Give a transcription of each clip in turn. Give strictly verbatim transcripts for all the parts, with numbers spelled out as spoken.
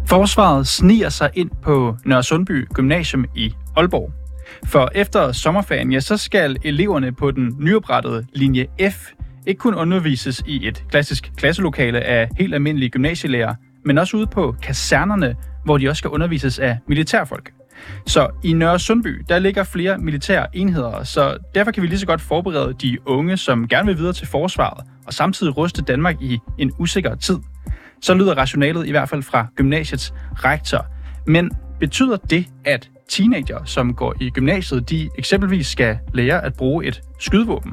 Forsvaret sniger sig ind på Nørresundby Gymnasium i Aalborg. For efter sommerferien, ja, så skal eleverne på den nyoprettede linje F ikke kun undervises i et klassisk klasselokale af helt almindelige gymnasielærer, men også ude på kasernerne, hvor de også skal undervises af militærfolk. Så i Nørresundby, der ligger flere militære enheder, så derfor kan vi lige så godt forberede de unge, som gerne vil videre til forsvaret, og samtidig ruste Danmark i en usikker tid. Så lyder rationalet i hvert fald fra gymnasiets rektor. Men betyder det, at teenager, som går i gymnasiet, de eksempelvis skal lære at bruge et skydevåben?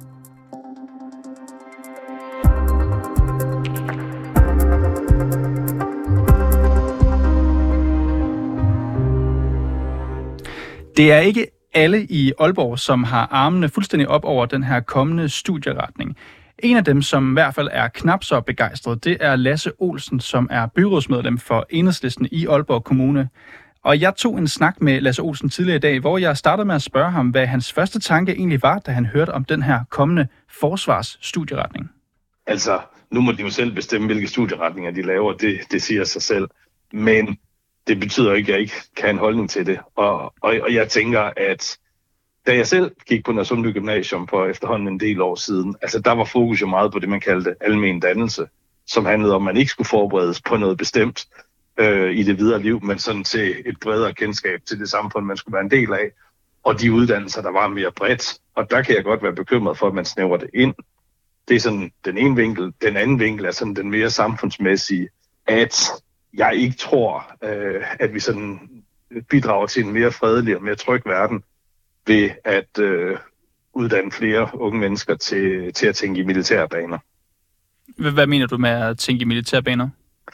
Det er ikke alle i Aalborg, som har armene fuldstændig op over den her kommende studieretning. En af dem, som i hvert fald er knap så begejstret, det er Lasse Olsen, som er byrådsmedlem for Enhedslisten i Aalborg Kommune. Og jeg tog en snak med Lasse Olsen tidligere i dag, hvor jeg startede med at spørge ham, hvad hans første tanke egentlig var, da han hørte om den her kommende forsvarsstudieretning. Altså, nu må de jo selv bestemme, hvilke studieretninger de laver, det, det siger sig selv. Men det betyder ikke, at jeg ikke kan have en holdning til det. Og, og, og jeg tænker, at da jeg selv gik på Nørresundby Gymnasium for efterhånden en del år siden, altså der var fokus jo meget på det, man kaldte almen dannelse, som handlede om, at man ikke skulle forberedes på noget bestemt øh, i det videre liv, men sådan til et bredere kendskab til det samfund, man skulle være en del af, og de uddannelser, der var mere bredt. Og der kan jeg godt være bekymret for, at man snævrer det ind. Det er sådan den ene vinkel. Den anden vinkel er sådan den mere samfundsmæssige, at jeg ikke tror, øh, at vi sådan bidrager til en mere fredelig og mere tryg verden ved at øh, uddanne flere unge mennesker til, til at tænke i militære baner. Hvad mener du med at tænke i militære baner?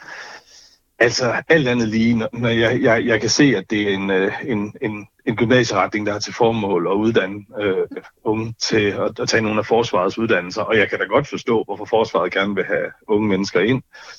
Altså alt andet lige, når jeg, jeg, jeg kan se, at det er en, en, en, en gymnasieretning, der har til formål at uddanne øh, unge til at, at tage nogle af forsvarets uddannelser, og jeg kan da godt forstå, hvorfor forsvaret gerne vil have unge mennesker ind.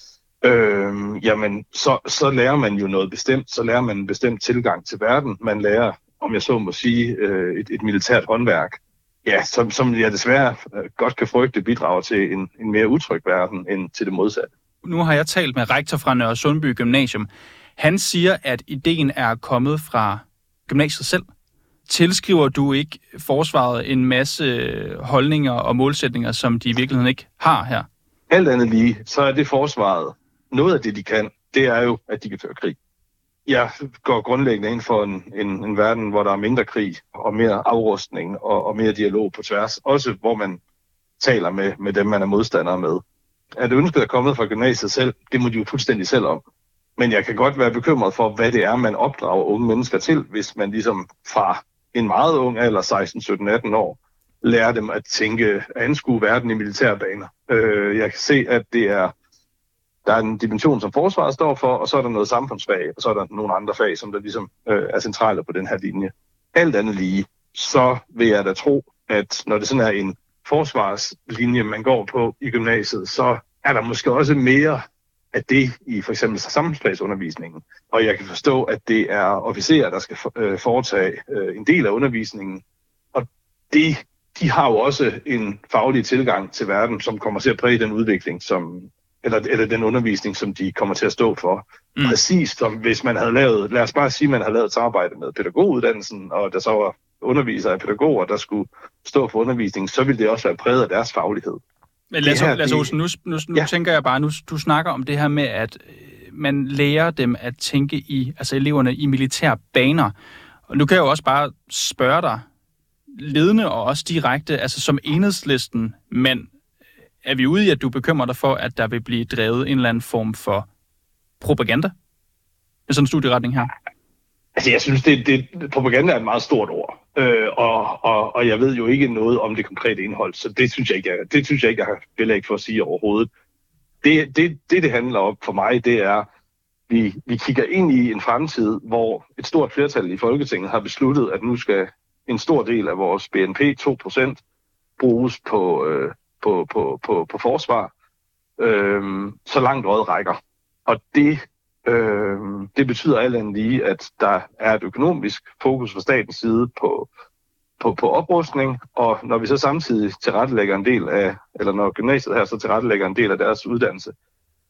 Øh, jamen, så, så lærer man jo noget bestemt, så lærer man en bestemt tilgang til verden. Man lærer, om jeg så må sige, øh, et, et militært håndværk, ja, som, som jeg desværre godt kan frygte bidrager til en, en mere utryg verden end til det modsatte. Nu har jeg talt med rektor fra Nørresundby Gymnasium. Han siger, at ideen er kommet fra gymnasiet selv. Tilskriver du ikke forsvaret en masse holdninger og målsætninger, som de i virkeligheden ikke har her? Alt andet lige, så er det forsvaret. Noget af det, de kan, det er jo, at de kan føre krig. Jeg går grundlæggende ind for en, en, en verden, hvor der er mindre krig og mere afrustning og, og mere dialog på tværs. Også hvor man taler med, med dem, man er modstandere med. At ønsket er kommet fra gymnasiet selv, det må de jo fuldstændig selv om. Men jeg kan godt være bekymret for, hvad det er, man opdrager unge mennesker til, hvis man ligesom fra en meget ung alder, seksten, sytten, atten år, lærer dem at tænke, at anskue verden i militære baner. Øh, jeg kan se, at det er, der er en dimension, som forsvaret står for, og så er der noget samfundsfag, og så er der nogle andre fag, som der ligesom øh, er centrale på den her linje. Alt andet lige, så vil jeg da tro, at når det sådan er en forsvarslinje, man går på i gymnasiet, så er der måske også mere af det i for eksempel samfundsfagsundervisningen. Og jeg kan forstå, at det er officerer, der skal foretage en del af undervisningen. Og det, de har jo også en faglig tilgang til verden, som kommer til at præge den udvikling, som, eller, eller den undervisning, som de kommer til at stå for. Mm. Præcis som hvis man havde lavet, lad os bare sige, at man havde lavet et samarbejde med pædagoguddannelsen, og der så var undervisere og pædagoger, der skulle stå for undervisningen, så ville det også være præget af deres faglighed. Men Lasse, Lasse Olsen, nu, nu, nu ja. tænker jeg bare, nu du snakker om det her med, at man lærer dem at tænke i, altså eleverne i militære baner. Og nu kan jeg jo også bare spørge dig, ledende og også direkte, altså som Enhedslisten, men er vi ude i, at du bekymrer dig for, at der vil blive drevet en eller anden form for propaganda med sådan en studieretning her? Altså, jeg synes, det, det, propaganda er et meget stort ord, øh, og, og, og jeg ved jo ikke noget om det konkrete indhold, så det synes jeg ikke, jeg, det synes jeg ikke, jeg har belæg for at sige overhovedet. Det, det, det, det handler om for mig, det er, vi, vi kigger ind i en fremtid, hvor et stort flertal i Folketinget har besluttet, at nu skal en stor del af vores B N P, to procent, bruges på, øh, på, på, på, på forsvar, øh, så langt øjet rækker. Og det Øh, det betyder alt andet lige, at der er et økonomisk fokus fra statens side på, på, på oprustning, og når vi så samtidig tilrettelægger en del af, eller når gymnasiet her så tilrettelægger en del af deres uddannelse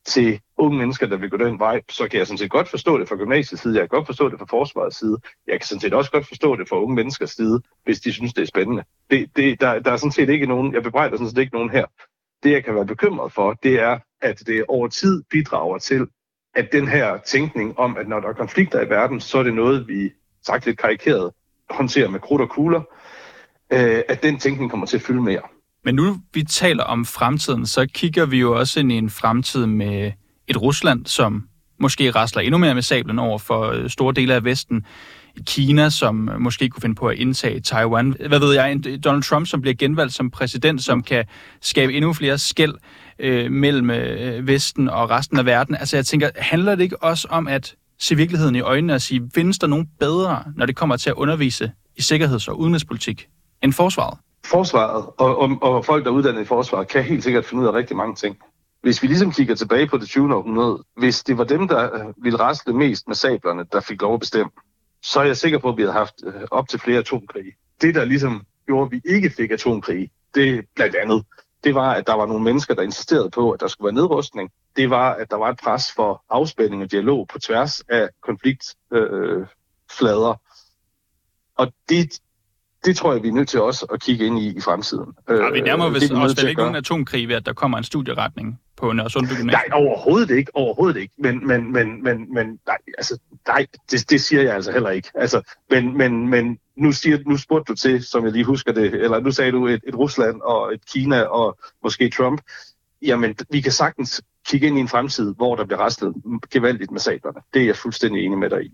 til unge mennesker, der vil gå den vej, så kan jeg sådan set godt forstå det fra gymnasiets side, jeg kan godt forstå det fra forsvarets side, jeg kan sådan set også godt forstå det fra unge menneskers side, hvis de synes, det er spændende. Det, det, der, der er sådan set ikke nogen, jeg bebrejder sådan set ikke nogen her. Det, jeg kan være bekymret for, det er, at det over tid bidrager til, at den her tænkning om, at når der er konflikter i verden, så er det noget, vi sagt lidt karikeret håndterer med krudt og kugler, øh, at den tænkning kommer til at fylde mere. Men nu vi taler om fremtiden, så kigger vi jo også ind i en fremtid med et Rusland, som måske rasler endnu mere med sablen over for store dele af Vesten. Kina, som måske kunne finde på at indtage Taiwan. Hvad ved jeg, Donald Trump, som bliver genvalgt som præsident, som kan skabe endnu flere skel øh, mellem øh, Vesten og resten af verden. Altså jeg tænker, handler det ikke også om at se virkeligheden i øjnene og sige, findes der nogen bedre, når det kommer til at undervise i sikkerheds- og udenrigspolitik, end forsvaret? Forsvaret og, og, og folk, der er uddannet i forsvaret, kan helt sikkert finde ud af rigtig mange ting. Hvis vi ligesom kigger tilbage på det tyvende århundrede, hvis det var dem, der ville rasle mest med sablerne, der fik lov at bestemme, så er jeg sikker på, at vi havde haft op til flere atomkrige. Det, der ligesom gjorde, at vi ikke fik atomkrige, det blandt andet, det var, at der var nogle mennesker, der insisterede på, at der skulle være nedrustning. Det var, at der var et pres for afspænding og dialog på tværs af konfliktflader. Øh, og det, det tror jeg, vi er nødt til også at kigge ind i i fremtiden. Ja, vi nærmer vist også vel ikke nogen atomkrig ved, at der kommer en studieretning på Nørresundby Gymnasium. Nej, overhovedet ikke, overhovedet ikke. Men, men, men, men, men nej, altså, nej det, det siger jeg altså heller ikke. Altså, men, men, men nu, siger, nu spurgte du til, som jeg lige husker det, eller nu sagde du et, et Rusland og et Kina og måske Trump. Jamen, vi kan sagtens kigge ind i en fremtid, hvor der bliver raslet gevaldigt med sablerne. Det er jeg fuldstændig enig med dig i.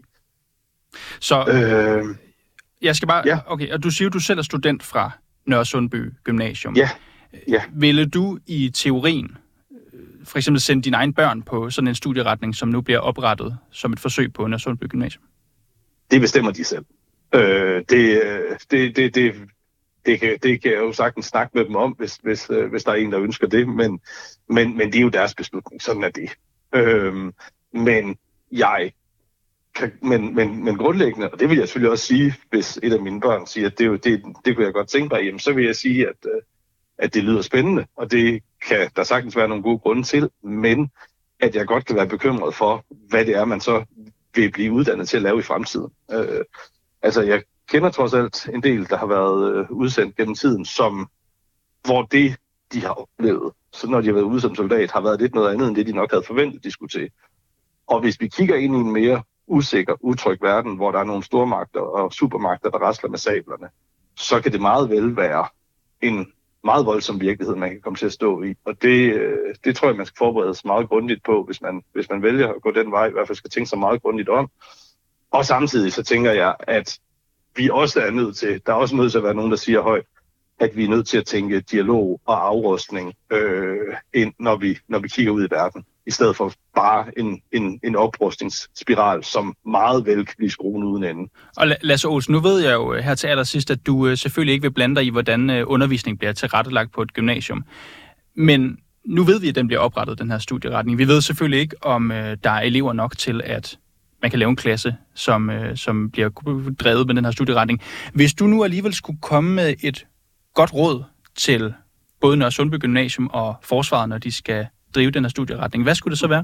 Så øh, jeg skal bare... Ja. Okay, og du siger, at du selv er student fra Nørresundby Gymnasium. Ja. Ja. Ville du i teorien for eksempel sende dine egne børn på sådan en studieretning, som nu bliver oprettet som et forsøg på Nørresundby Gymnasium? Det bestemmer de selv. Øh, det, det, det, det, det, kan, det kan jeg jo sagtens snakke med dem om, hvis, hvis, hvis der er en, der ønsker det, men, men, men det er jo deres beslutning. Sådan er det. Øh, men jeg kan, men, men, men grundlæggende, og det vil jeg selvfølgelig også sige, hvis et af mine børn siger, at det, det, det kunne jeg godt tænke mig, jamen, så vil jeg sige, at at det lyder spændende, og det kan der sagtens være nogle gode grunde til, men at jeg godt kan være bekymret for, hvad det er, man så vil blive uddannet til at lave i fremtiden. Øh, altså, jeg kender trods alt en del, der har været øh, udsendt gennem tiden, som, hvor det, de har oplevet, så når de har været ude som soldat, har været lidt noget andet, end det, de nok havde forventet, de skulle til. Og hvis vi kigger ind i en mere usikker, utryg verden, hvor der er nogle stormagter og supermagter, der rasler med sablerne, så kan det meget vel være en meget voldsom virkelighed, man kan komme til at stå i. Og det, det tror jeg, man skal forberede sig meget grundigt på, hvis man, hvis man vælger at gå den vej, i hvert fald skal tænke sig meget grundigt om. Og samtidig så tænker jeg, at vi også er nødt til, der er også nødt til at være nogen, der siger højt, at vi er nødt til at tænke dialog og afrustning, øh, ind, når, vi, når vi kigger ud i verden, i stedet for bare en, en, en oprustningsspiral, som meget vel kan blive skruen uden ende. Og Lasse Olsen, nu ved jeg jo her til allersidst, at du selvfølgelig ikke vil blande dig i, hvordan undervisning bliver tilrettelagt på et gymnasium. Men nu ved vi, at den bliver oprettet, den her studieretning. Vi ved selvfølgelig ikke, om der er elever nok til, at man kan lave en klasse, som, som bliver drevet med den her studieretning. Hvis du nu alligevel skulle komme med et godt råd til både Nørresundby Gymnasium og forsvaret, når de skal drive den her studieretning, hvad skulle det så være?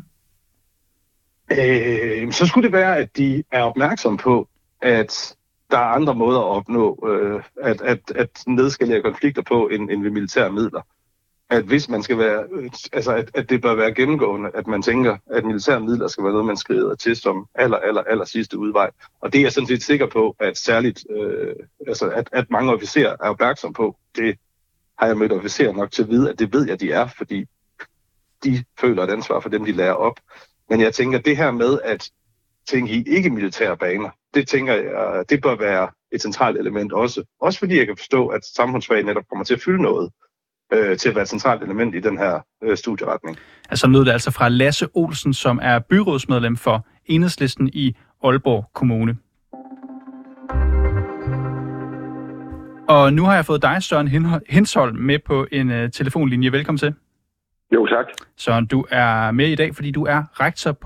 Øh, så skulle det være, at de er opmærksomme på, at der er andre måder at opnå, øh, at, at, at nedskalere konflikter på end, end ved militære midler. At hvis man skal være, øh, altså at, at det bør være gennemgående, at man tænker, at militære midler skal være noget, man skrider til som aller, aller, aller sidste udvej. Og det er jeg sådan set sikker på, at særligt, øh, altså at, at mange officerer er opmærksom på. Det har jeg mødt officerer nok til at vide, at det ved jeg, de er, fordi de føler et ansvar for dem, de lærer op. Men jeg tænker, det her med at tænke i ikke-militære baner, det tænker jeg, det bør være et centralt element også. Også fordi jeg kan forstå, at samfundsfag netop kommer til at fylde noget, øh, til at være et centralt element i den her øh, studieretning. Altså lød det altså fra Lasse Olsen, som er byrådsmedlem for Enhedslisten i Aalborg Kommune. Og nu har jeg fået dig, Søren Hensholm, med på en uh, telefonlinje. Velkommen til. Jo, tak. Søren, du er med i dag, fordi du er rektor på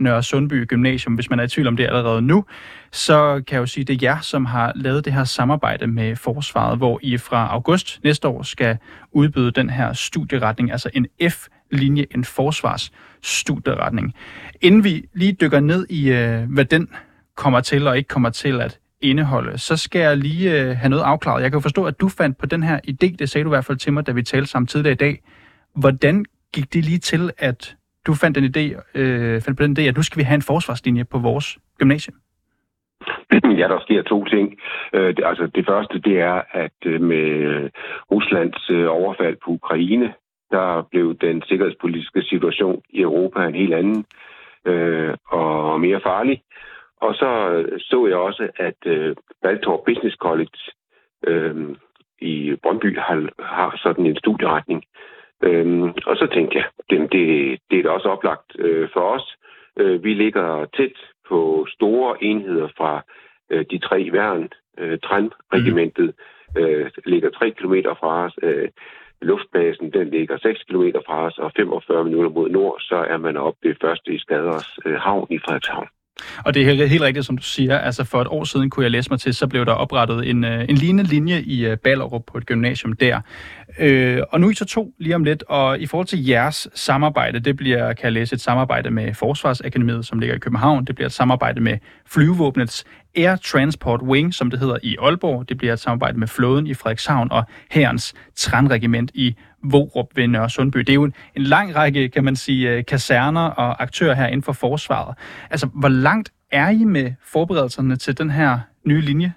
Nørre Sundby Gymnasium. Hvis man er i tvivl om det allerede nu, så kan jeg jo sige, at det er jer, som har lavet det her samarbejde med Forsvaret, hvor I fra august næste år skal udbyde den her studieretning, altså en F-linje, en forsvarsstudieretning. Inden vi lige dykker ned i, hvad den kommer til og ikke kommer til at indeholde, så skal jeg lige øh, have noget afklaret. Jeg kan jo forstå, at du fandt på den her idé, det sagde du i hvert fald til mig, da vi talte sammen tidligere i dag. Hvordan gik det lige til, at du fandt, den idé, øh, fandt på den idé, at nu skal vi have en forsvarslinje på vores gymnasium? Ja, der sker to ting. Øh, det, altså det første, det er, at øh, med Ruslands øh, overfald på Ukraine, der blev den sikkerhedspolitiske situation i Europa en helt anden øh, og mere farlig. Og så så jeg også, at øh, Baltorp Business College øh, i Brøndby har, har sådan en studieretning. Øh, og så tænkte jeg, det, det, det er da også oplagt øh, for os. Øh, vi ligger tæt på store enheder fra øh, de tre værn. Øh, Trænregimentet øh, ligger tre kilometer fra os. Øh, Luftbasen, den ligger seks kilometer fra os, og femogfyrre minutter mod nord, så er man oppe ved første i Skaders øh, havn i Frederikshavn. Og det er helt, helt rigtigt, som du siger. Altså for et år siden kunne jeg læse mig til, så blev der oprettet en, en lignende linje i Ballerup på et gymnasium der. Øh, og nu er I så to lige om lidt, og i forhold til jeres samarbejde, det bliver, kan jeg læse, et samarbejde med Forsvarsakademiet, som ligger i København. Det bliver et samarbejde med Flyvevåbnets Air Transport Wing, som det hedder, i Aalborg. Det bliver et samarbejde med flåden i Frederikshavn og Hærens Trænregiment i Vorup ved Nørre Sundby. Det er jo en, en lang række, kan man sige, kaserner og aktører her inden for forsvaret. Altså, hvor langt er I med forberedelserne til den her nye linje?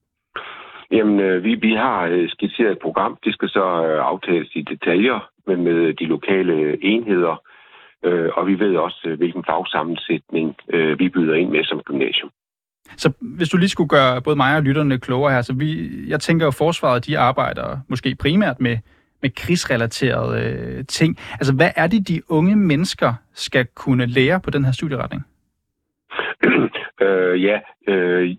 Jamen, vi, vi har skitseret et program. Det skal så aftales i detaljer med, med de lokale enheder, og vi ved også, hvilken fagsammensætning vi byder ind med som gymnasium. Så hvis du lige skulle gøre både mig og lytterne klogere her, så vi, jeg tænker jo, at forsvaret, de arbejder måske primært med, med krigsrelaterede øh, ting. Altså, hvad er det, de unge mennesker skal kunne lære på den her studieretning? øh, ja, øh,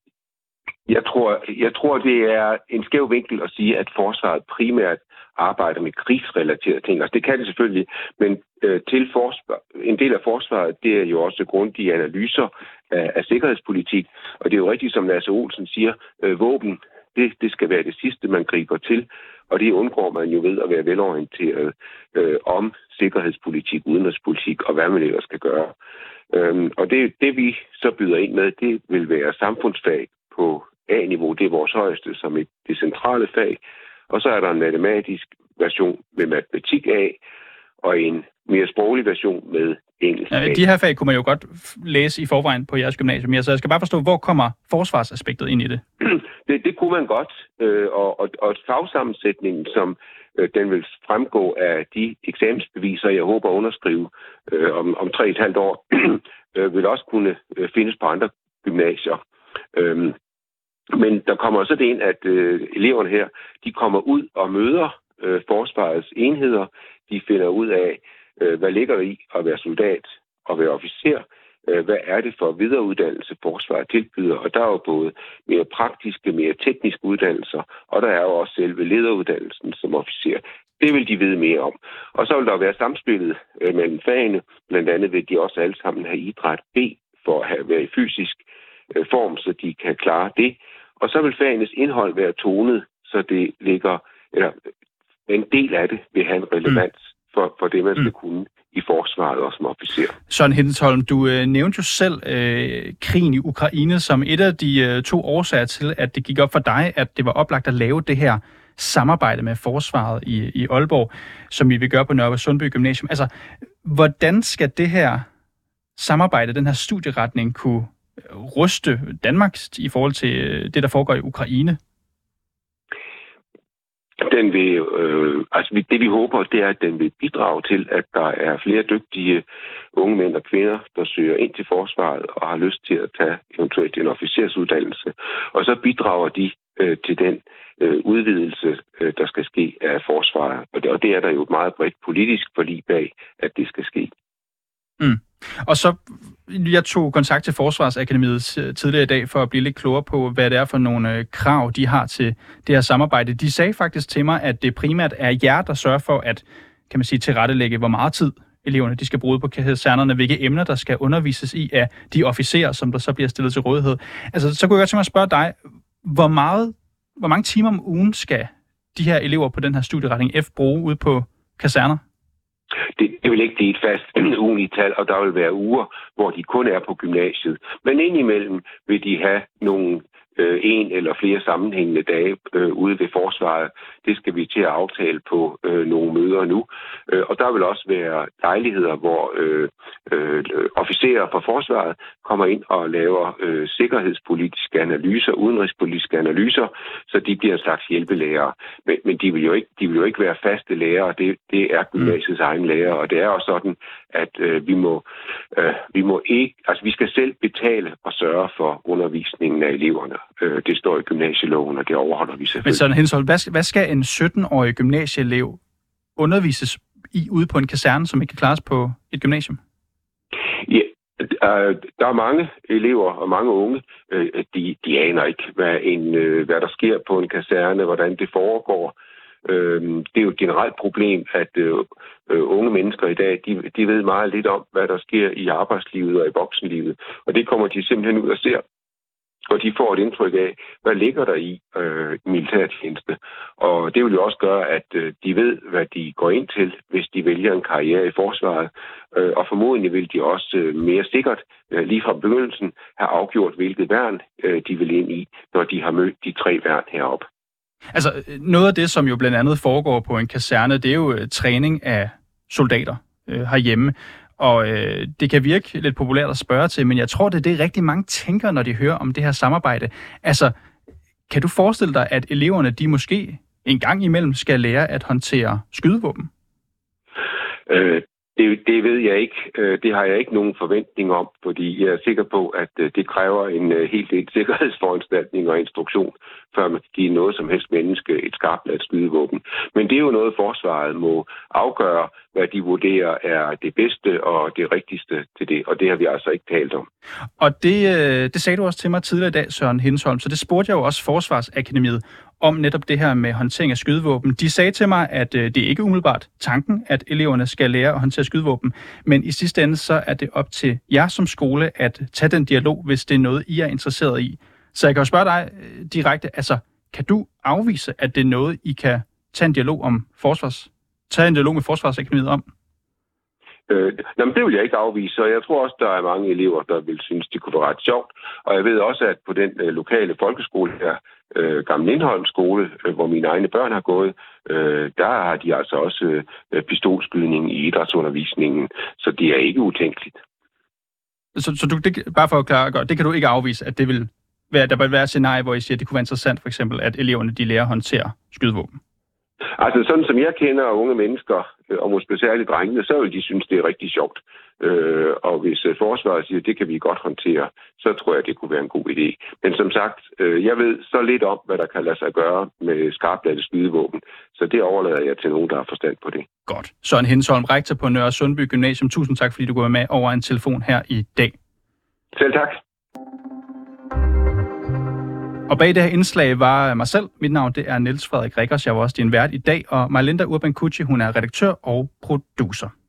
jeg tror, jeg tror, det er en skæv vinkel at sige, at forsvaret primært arbejder med krigsrelaterede ting. Altså, det kan det selvfølgelig, men øh, til forsvar, en del af forsvaret, det er jo også grundige analyser af, af sikkerhedspolitik. Og det er jo rigtigt, som Lasse Olsen siger, øh, våben, det, det skal være det sidste, man griber til. Og det undgår man jo ved at være velorienteret øh, om sikkerhedspolitik, udenrigspolitik og hvad man ellers skal gøre. Øhm, og det, det vi så byder ind med, det vil være samfundsfag på A-niveau. Det er vores højeste som et det centrale fag. Og så er der en matematisk version med matematik A, og en mere sproglig version med engelsk A. Ja, de her fag kunne man jo godt læse i forvejen på jeres gymnasium. Så jeg skal bare forstå, hvor kommer forsvarsaspektet ind i det? Det, det kunne man godt. Og, og, og fagsammensætningen, som øh, den vil fremgå af de eksamensbeviser, jeg håber at underskrive øh, om, om tre og et halvt år, øh, vil også kunne øh, findes på andre gymnasier. Øhm, Men der kommer også det ind, at øh, eleverne her, de kommer ud og møder øh, forsvarets enheder. De finder ud af, øh, hvad ligger der i at være soldat og være officer. Øh, hvad er det for videreuddannelse, forsvaret tilbyder? Og der er jo både mere praktiske, mere tekniske uddannelser, og der er jo også selve lederuddannelsen som officer. Det vil de vide mere om. Og så vil der være samspillet øh, mellem fagene. Blandt andet vil de også alle sammen have idræt B for at have, være i fysisk øh, form, så de kan klare det. Og så vil fagenes indhold være tonet, så det ligger, eller en del af det vil have en relevans mm. for, for det, man skal mm. kunne i forsvaret og som officer. Søren Hindesholm, du øh, nævnte jo selv øh, krigen i Ukraine som et af de øh, to årsager til, at det gik op for dig, at det var oplagt at lave det her samarbejde med forsvaret i, i Aalborg, som vi vil gøre på Nørre Sundby Gymnasium. Altså, hvordan skal det her samarbejde, den her studieretning, kunne ruste Danmark i forhold til det, der foregår i Ukraine? Den vil, øh, altså det vi håber, det er, at den vil bidrage til, at der er flere dygtige unge mænd og kvinder, der søger ind til forsvaret og har lyst til at tage eventuelt en officersuddannelse. Og så bidrager de øh, til den øh, udvidelse, øh, der skal ske af forsvaret. Og det, og det er der jo et meget bredt politisk forlig bag, at det skal ske. Mm. Og så, jeg tog kontakt til Forsvarsakademiet tidligere i dag for at blive lidt klogere på, hvad det er for nogle øh, krav, de har til det her samarbejde. De sagde faktisk til mig, at det primært er jer, der sørger for at, kan man sige, tilrettelægge, hvor meget tid eleverne de skal bruge på kasernerne, hvilke emner der skal undervises i af de officerer, som der så bliver stillet til rådighed. Altså, så kunne jeg godt tænke mig at spørge dig, hvor meget, hvor mange timer om ugen skal de her elever på den her studieretning F bruge ude på kaserner? Det, det vil ikke blive et fast ugenligt tal, og der vil være uger, hvor de kun er på gymnasiet. Men indimellem vil de have nogle øh, en eller flere sammenhængende dage øh, ude ved forsvaret. Det skal vi til at aftale på øh, nogle møder nu. Øh, og der vil også være lejligheder, hvor øh, øh, officerer fra forsvaret kommer ind og laver øh, sikkerhedspolitiske analyser, udenrigspolitiske analyser, så de bliver en slags hjælpelærer. Men, men de, vil jo ikke, de vil jo ikke være faste lærere. Det, det er gymnasiets mm. egen lærer, og det er også sådan, at øh, vi må øh, vi må ikke, altså vi skal selv betale og sørge for undervisningen af eleverne. Øh, det står i gymnasieloven, og det overholder vi selvfølgelig. Men sådan, Hensholt, hvad, hvad skal en sytten-årig gymnasieelev undervises i ude på en kaserne, som ikke kan klares på et gymnasium? Ja, øh, der er mange elever og mange unge, øh, de, de aner ikke, hvad, en, øh, hvad der sker på en kaserne, hvordan det foregår. Øh, det er jo et generelt problem, at øh, unge mennesker i dag, de, de ved meget lidt om, hvad der sker i arbejdslivet og i voksenlivet. Og det kommer de simpelthen ud og ser. Og de får et indtryk af, hvad ligger der i øh, militærtjeneste. Og det vil jo også gøre, at øh, de ved, hvad de går ind til, hvis de vælger en karriere i forsvaret. Øh, og formodentlig vil de også øh, mere sikkert, øh, lige fra begyndelsen, have afgjort, hvilket værn øh, de vil ind i, når de har mødt de tre værn heroppe. Altså, noget af det, som jo blandt andet foregår på en kaserne, det er jo øh, træning af soldater øh, herhjemme. Og øh, det kan virke lidt populært at spørge til, men jeg tror, det er det rigtig mange tænker, når de hører om det her samarbejde. Altså, kan du forestille dig, at eleverne, de måske en gang imellem skal lære at håndtere skydevåben? Øh, det, det ved jeg ikke. Det har jeg ikke nogen forventning om, fordi jeg er sikker på, at det kræver en helt del sikkerhedsforanstaltning og instruktion, før man kan give noget som helst menneske et skarpladt skydevåben. Men det er jo noget, forsvaret må afgøre, hvad de vurderer er det bedste og det rigtigste til det, og det har vi altså ikke talt om. Og det, det sagde du også til mig tidligere i dag, Søren Hensholm, så det spurgte jeg jo også Forsvarsakademiet om netop det her med håndtering af skydevåben. De sagde til mig, at det er ikke umiddelbart tanken, at eleverne skal lære at håndtere skydevåben, men i sidste ende så er det op til jer som skole at tage den dialog, hvis det er noget, I er interesseret i. Så jeg kan jo spørge dig direkte, altså, kan du afvise, at det er noget, I kan tage en dialog om forsvars, tage en dialog med Forsvarsakademiet om? Øh, jamen, det vil jeg ikke afvise, og jeg tror også, der er mange elever, der vil synes, det kunne være ret sjovt. Og jeg ved også, at på den øh, lokale folkeskole her, øh, Gammel Lindholm skole, øh, hvor mine egne børn har gået, øh, der har de altså også øh, pistolskydning i idrætsundervisningen, så det er ikke utænkeligt. Så, så du, det, bare for at klare godt, det kan du ikke afvise, at det vil være, der vil være et scenarie, hvor I siger, at det kunne være interessant, for eksempel, at eleverne de lærer at håndtere skydevåben? Altså sådan som jeg kender unge mennesker, og måske særligt drengene, så vil de synes, det er rigtig sjovt. Øh, og hvis forsvaret siger, at det kan vi godt håndtere, så tror jeg, det kunne være en god idé. Men som sagt, øh, jeg ved så lidt om, hvad der kan lade sig gøre med skarpladte skydevåben, så det overlader jeg til nogen, der har forstand på det. Godt. Søren Hensholm, rektor på Nørre Sundby Gymnasium. Tusind tak, fordi du går med over en telefon her i dag. Selv tak. Og bag det her indslag var mig selv. Mit navn det er Niels Frederik Rikkers. Jeg var også din vært i dag, og Marlinda Urban Kucci, hun er redaktør og producer.